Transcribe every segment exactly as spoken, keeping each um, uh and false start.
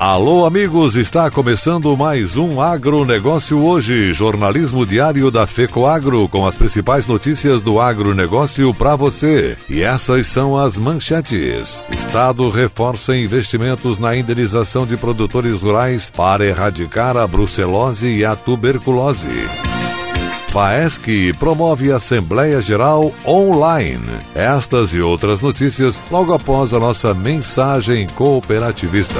Alô, amigos, está começando mais um Agronegócio Hoje, jornalismo diário da FECOAGRO, com as principais notícias do agronegócio para você. E essas são as manchetes. Estado reforça investimentos na indenização de produtores rurais para erradicar a brucelose e a tuberculose. FAESC promove Assembleia Geral online. Estas e outras notícias logo após a nossa mensagem cooperativista.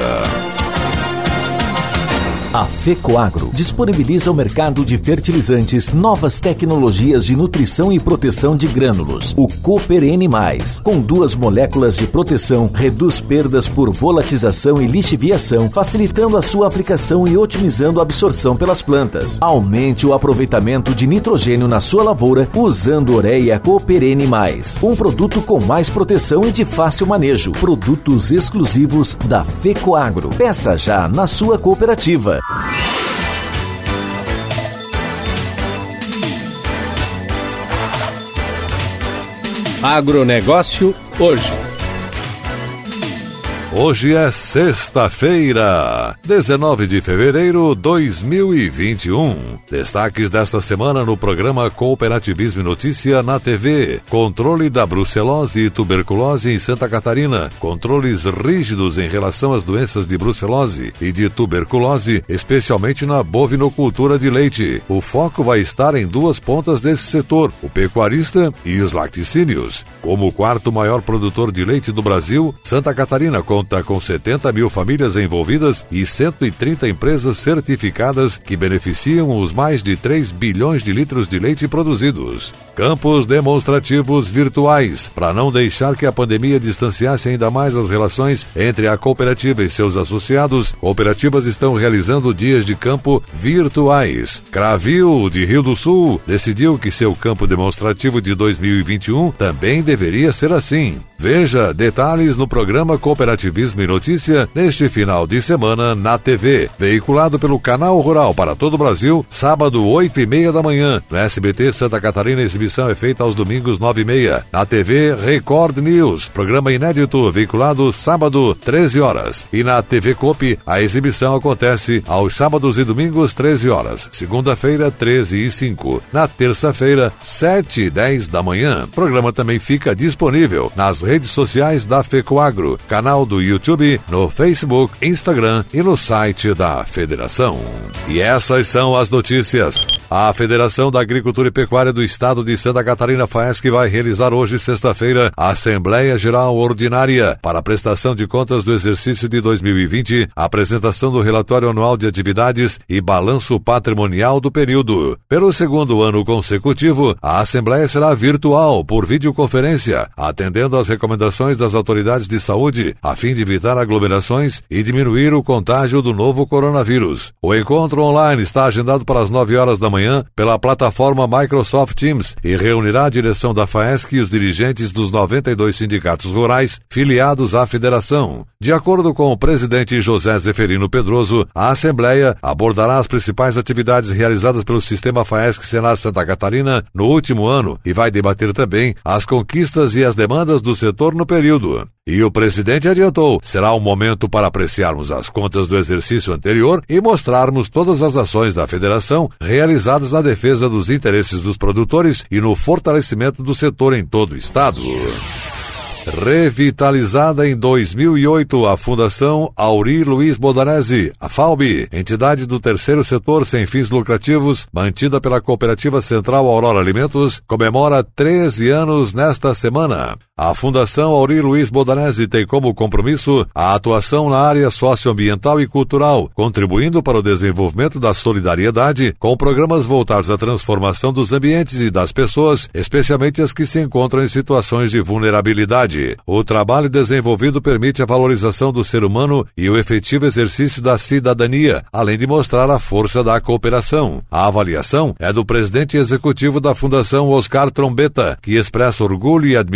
A FECOAGRO disponibiliza ao mercado de fertilizantes novas tecnologias de nutrição e proteção de grânulos. O Cooper N mais, com duas moléculas de proteção, reduz perdas por volatização e lixiviação, facilitando a sua aplicação e otimizando a absorção pelas plantas. Aumente o aproveitamento de nitrogênio na sua lavoura usando Ureia Cooper N mais, um produto com mais proteção e de fácil manejo. Produtos exclusivos da FECOAGRO. Peça já na sua cooperativa. Agronegócio Hoje. Hoje é sexta-feira, dezenove de fevereiro de dois mil e vinte e um. Destaques desta semana no programa Cooperativismo e Notícia na T V. Controle da brucelose e tuberculose em Santa Catarina. Controles rígidos em relação às doenças de brucelose e de tuberculose, especialmente na bovinocultura de leite. O foco vai estar em duas pontas desse setor, o pecuarista e os lacticínios. Como o quarto maior produtor de leite do Brasil, Santa Catarina conta com setenta mil famílias envolvidas e cento e trinta empresas certificadas que beneficiam os mais de três bilhões de litros de leite produzidos. Campos demonstrativos virtuais. Para não deixar que a pandemia distanciasse ainda mais as relações entre a cooperativa e seus associados, cooperativas estão realizando dias de campo virtuais. Cravil, de Rio do Sul, decidiu que seu campo demonstrativo de dois mil e vinte e um também deveria ser assim. Veja detalhes no programa Cooperativismo e Notícia neste final de semana na T V, veiculado pelo Canal Rural para todo o Brasil, sábado, oito e meia da manhã. No S B T Santa Catarina, a exibição é feita aos domingos, nove e meia. Na T V Record News, programa inédito, veiculado sábado, treze horas. E na T V Coop, a exibição acontece aos sábados e domingos, treze horas. Segunda-feira, treze e cinco. Na terça-feira, sete e dez da manhã. O programa também fica disponível nas redes sociais da FECOAGRO, canal do YouTube, no Facebook, Instagram e no site da Federação. E essas são as notícias. A Federação da Agricultura e Pecuária do Estado de Santa Catarina, FAESC, vai realizar hoje, sexta-feira, a Assembleia Geral Ordinária para a prestação de contas do exercício de dois mil e vinte, apresentação do relatório anual de atividades e balanço patrimonial do período. Pelo segundo ano consecutivo, a Assembleia será virtual, por videoconferência, atendendo às recomendações das autoridades de saúde, a fim de evitar aglomerações e diminuir o contágio do novo coronavírus. O encontro online está agendado para as nove horas da manhã pela plataforma Microsoft Teams e reunirá a direção da FAESC e os dirigentes dos noventa e dois sindicatos rurais filiados à federação. De acordo com o presidente José Zeferino Pedroso, a Assembleia abordará as principais atividades realizadas pelo sistema FAESC Senar Santa Catarina no último ano e vai debater também as conquistas e as demandas do setor no período. E o presidente adiantou, será um momento para apreciarmos as contas do exercício anterior e mostrarmos todas as ações da federação realizadas na defesa dos interesses dos produtores e no fortalecimento do setor em todo o estado. Revitalizada em dois mil e oito, a Fundação Auri Luiz Bodanese, a FAUB, entidade do terceiro setor sem fins lucrativos, mantida pela Cooperativa Central Aurora Alimentos, comemora treze anos nesta semana. A Fundação Auri Luiz Bodanese tem como compromisso a atuação na área socioambiental e cultural, contribuindo para o desenvolvimento da solidariedade com programas voltados à transformação dos ambientes e das pessoas, especialmente as que se encontram em situações de vulnerabilidade. O trabalho desenvolvido permite a valorização do ser humano e o efetivo exercício da cidadania, além de mostrar a força da cooperação. A avaliação é do presidente executivo da Fundação, Oscar Trombetta, que expressa orgulho e admiração pelo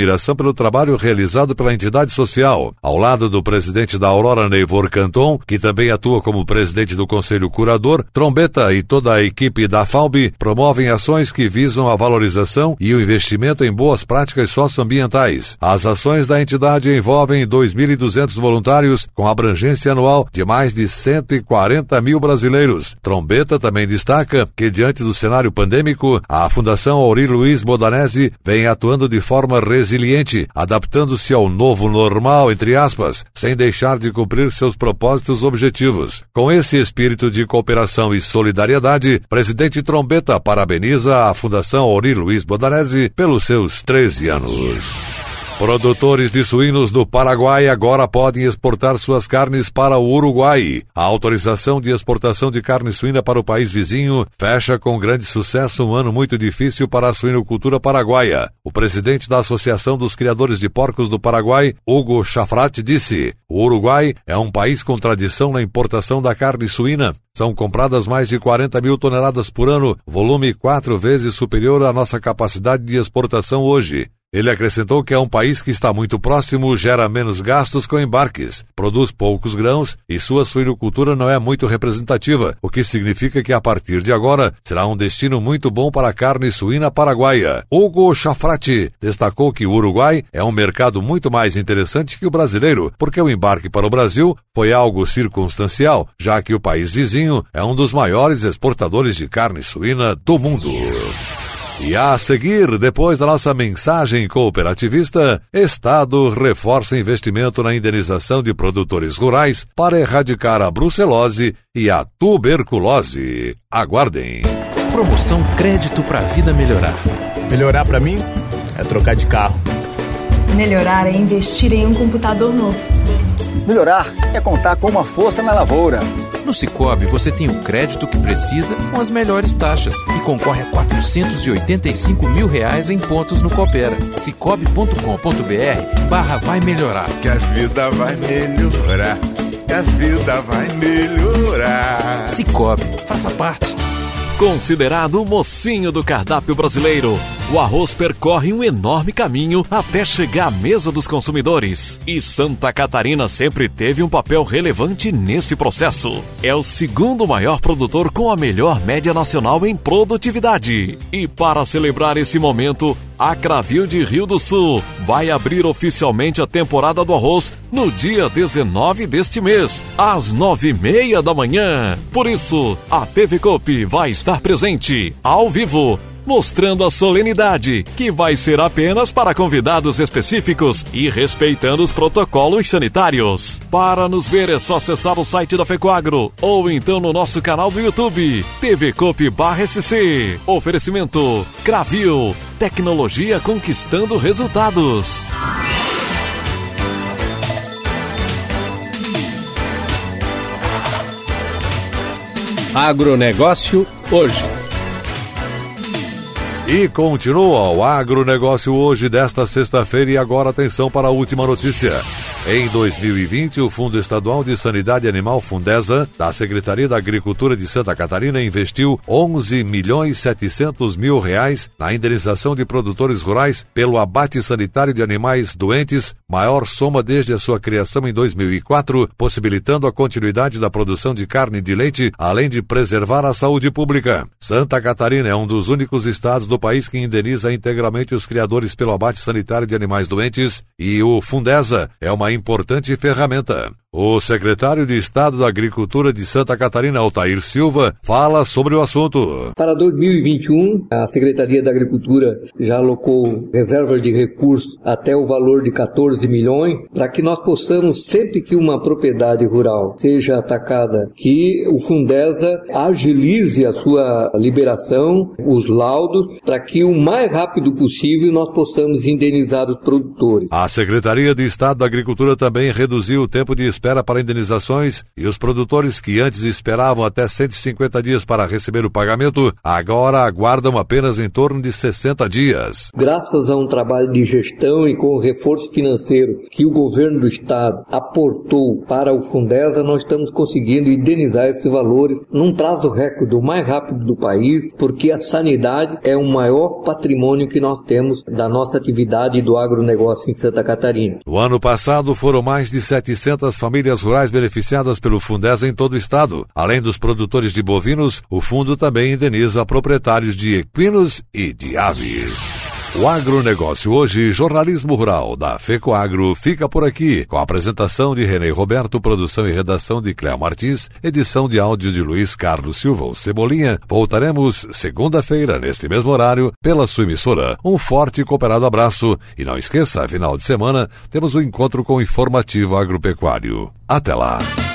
pelo trabalho realizado pela entidade social. Ao lado do presidente da Aurora, Neivor Canton, que também atua como presidente do Conselho Curador, Trombetta e toda a equipe da F A U B promovem ações que visam a valorização e o investimento em boas práticas socioambientais. As ações da entidade envolvem dois mil e duzentos voluntários, com abrangência anual de mais de cento e quarenta mil brasileiros. Trombetta também destaca que, diante do cenário pandêmico, a Fundação Aurir Luiz Modanese vem atuando de forma resiliente, adaptando-se ao novo normal, entre aspas, sem deixar de cumprir seus propósitos objetivos. Com esse espírito de cooperação e solidariedade, presidente Trombetta parabeniza a Fundação Aurir Luiz Modanese pelos seus treze anos. Produtores de suínos do Paraguai agora podem exportar suas carnes para o Uruguai. A autorização de exportação de carne suína para o país vizinho fecha com grande sucesso um ano muito difícil para a suinocultura paraguaia. O presidente da Associação dos Criadores de Porcos do Paraguai, Hugo Chafrat, disse: o Uruguai é um país com tradição na importação da carne suína. São compradas mais de quarenta mil toneladas por ano, volume quatro vezes superior à nossa capacidade de exportação hoje. Ele acrescentou que é um país que está muito próximo, gera menos gastos com embarques, produz poucos grãos e sua suinocultura não é muito representativa, o que significa que a partir de agora será um destino muito bom para a carne suína paraguaia. Hugo Chafrat destacou que o Uruguai é um mercado muito mais interessante que o brasileiro, porque o embarque para o Brasil foi algo circunstancial, já que o país vizinho é um dos maiores exportadores de carne suína do mundo. E a seguir, depois da nossa mensagem cooperativista, Estado reforça investimento na indenização de produtores rurais para erradicar a brucelose e a tuberculose. Aguardem. Promoção Crédito para a Vida Melhorar. Melhorar para mim é trocar de carro. Melhorar é investir em um computador novo. Melhorar é contar com uma força na lavoura. No Sicoob, você tem o crédito que precisa com as melhores taxas e concorre a quatrocentos e oitenta e cinco mil reais em pontos no Coopera. Sicoob ponto com ponto br barra vai melhorar. Que a vida vai melhorar, que a vida vai melhorar. Sicoob, faça parte. Considerado o mocinho do cardápio brasileiro, o arroz percorre um enorme caminho até chegar à mesa dos consumidores. E Santa Catarina sempre teve um papel relevante nesse processo. É o segundo maior produtor com a melhor média nacional em produtividade. E para celebrar esse momento, a Cravil de Rio do Sul vai abrir oficialmente a temporada do arroz no dia dezenove deste mês, às nove e meia da manhã. Por isso, a T V Coop vai estar presente, ao vivo, mostrando a solenidade, que vai ser apenas para convidados específicos e respeitando os protocolos sanitários. Para nos ver é só acessar o site da Fecoagro ou então no nosso canal do YouTube, T V Coop barra S C. Oferecimento Cravil, tecnologia conquistando resultados. Agronegócio hoje. E continua o agronegócio hoje desta sexta-feira e agora atenção para a última notícia. Em dois mil e vinte, o Fundo Estadual de Sanidade Animal Fundesa, da Secretaria da Agricultura de Santa Catarina, investiu onze milhões e setecentos mil reais na indenização de produtores rurais pelo abate sanitário de animais doentes, maior soma desde a sua criação em dois mil e quatro, possibilitando a continuidade da produção de carne e de leite, além de preservar a saúde pública. Santa Catarina é um dos únicos estados do país que indeniza integralmente os criadores pelo abate sanitário de animais doentes e o Fundesa é uma importante ferramenta. O secretário de Estado da Agricultura de Santa Catarina, Altair Silva, fala sobre o assunto. Para dois mil e vinte e um, a Secretaria da Agricultura já alocou reservas de recursos até o valor de quatorze milhões, para que nós possamos, sempre que uma propriedade rural seja atacada, que o Fundesa agilize a sua liberação, os laudos, para que o mais rápido possível nós possamos indenizar os produtores. A Secretaria de Estado da Agricultura também reduziu o tempo de espera para indenizações e os produtores que antes esperavam até cento e cinquenta dias para receber o pagamento, agora aguardam apenas em torno de sessenta dias. Graças a um trabalho de gestão e com o reforço financeiro que o governo do estado aportou para o Fundesa, nós estamos conseguindo indenizar esses valores num prazo recorde, o mais rápido do país, porque a sanidade é o maior patrimônio que nós temos da nossa atividade do agronegócio em Santa Catarina. No ano passado foram mais de setecentas famílias rurais beneficiadas pelo Fundesa em todo o estado. Além dos produtores de bovinos, o fundo também indeniza proprietários de equinos e de aves. O agronegócio hoje, jornalismo rural da FECOAGRO, fica por aqui, com a apresentação de Renê Roberto, produção e redação de Cléo Martins, edição de áudio de Luiz Carlos Silva, o Cebolinha. Voltaremos segunda-feira, neste mesmo horário, pela sua emissora. Um forte e cooperado abraço e não esqueça, final de semana, temos o um encontro com o Informativo Agropecuário. Até lá!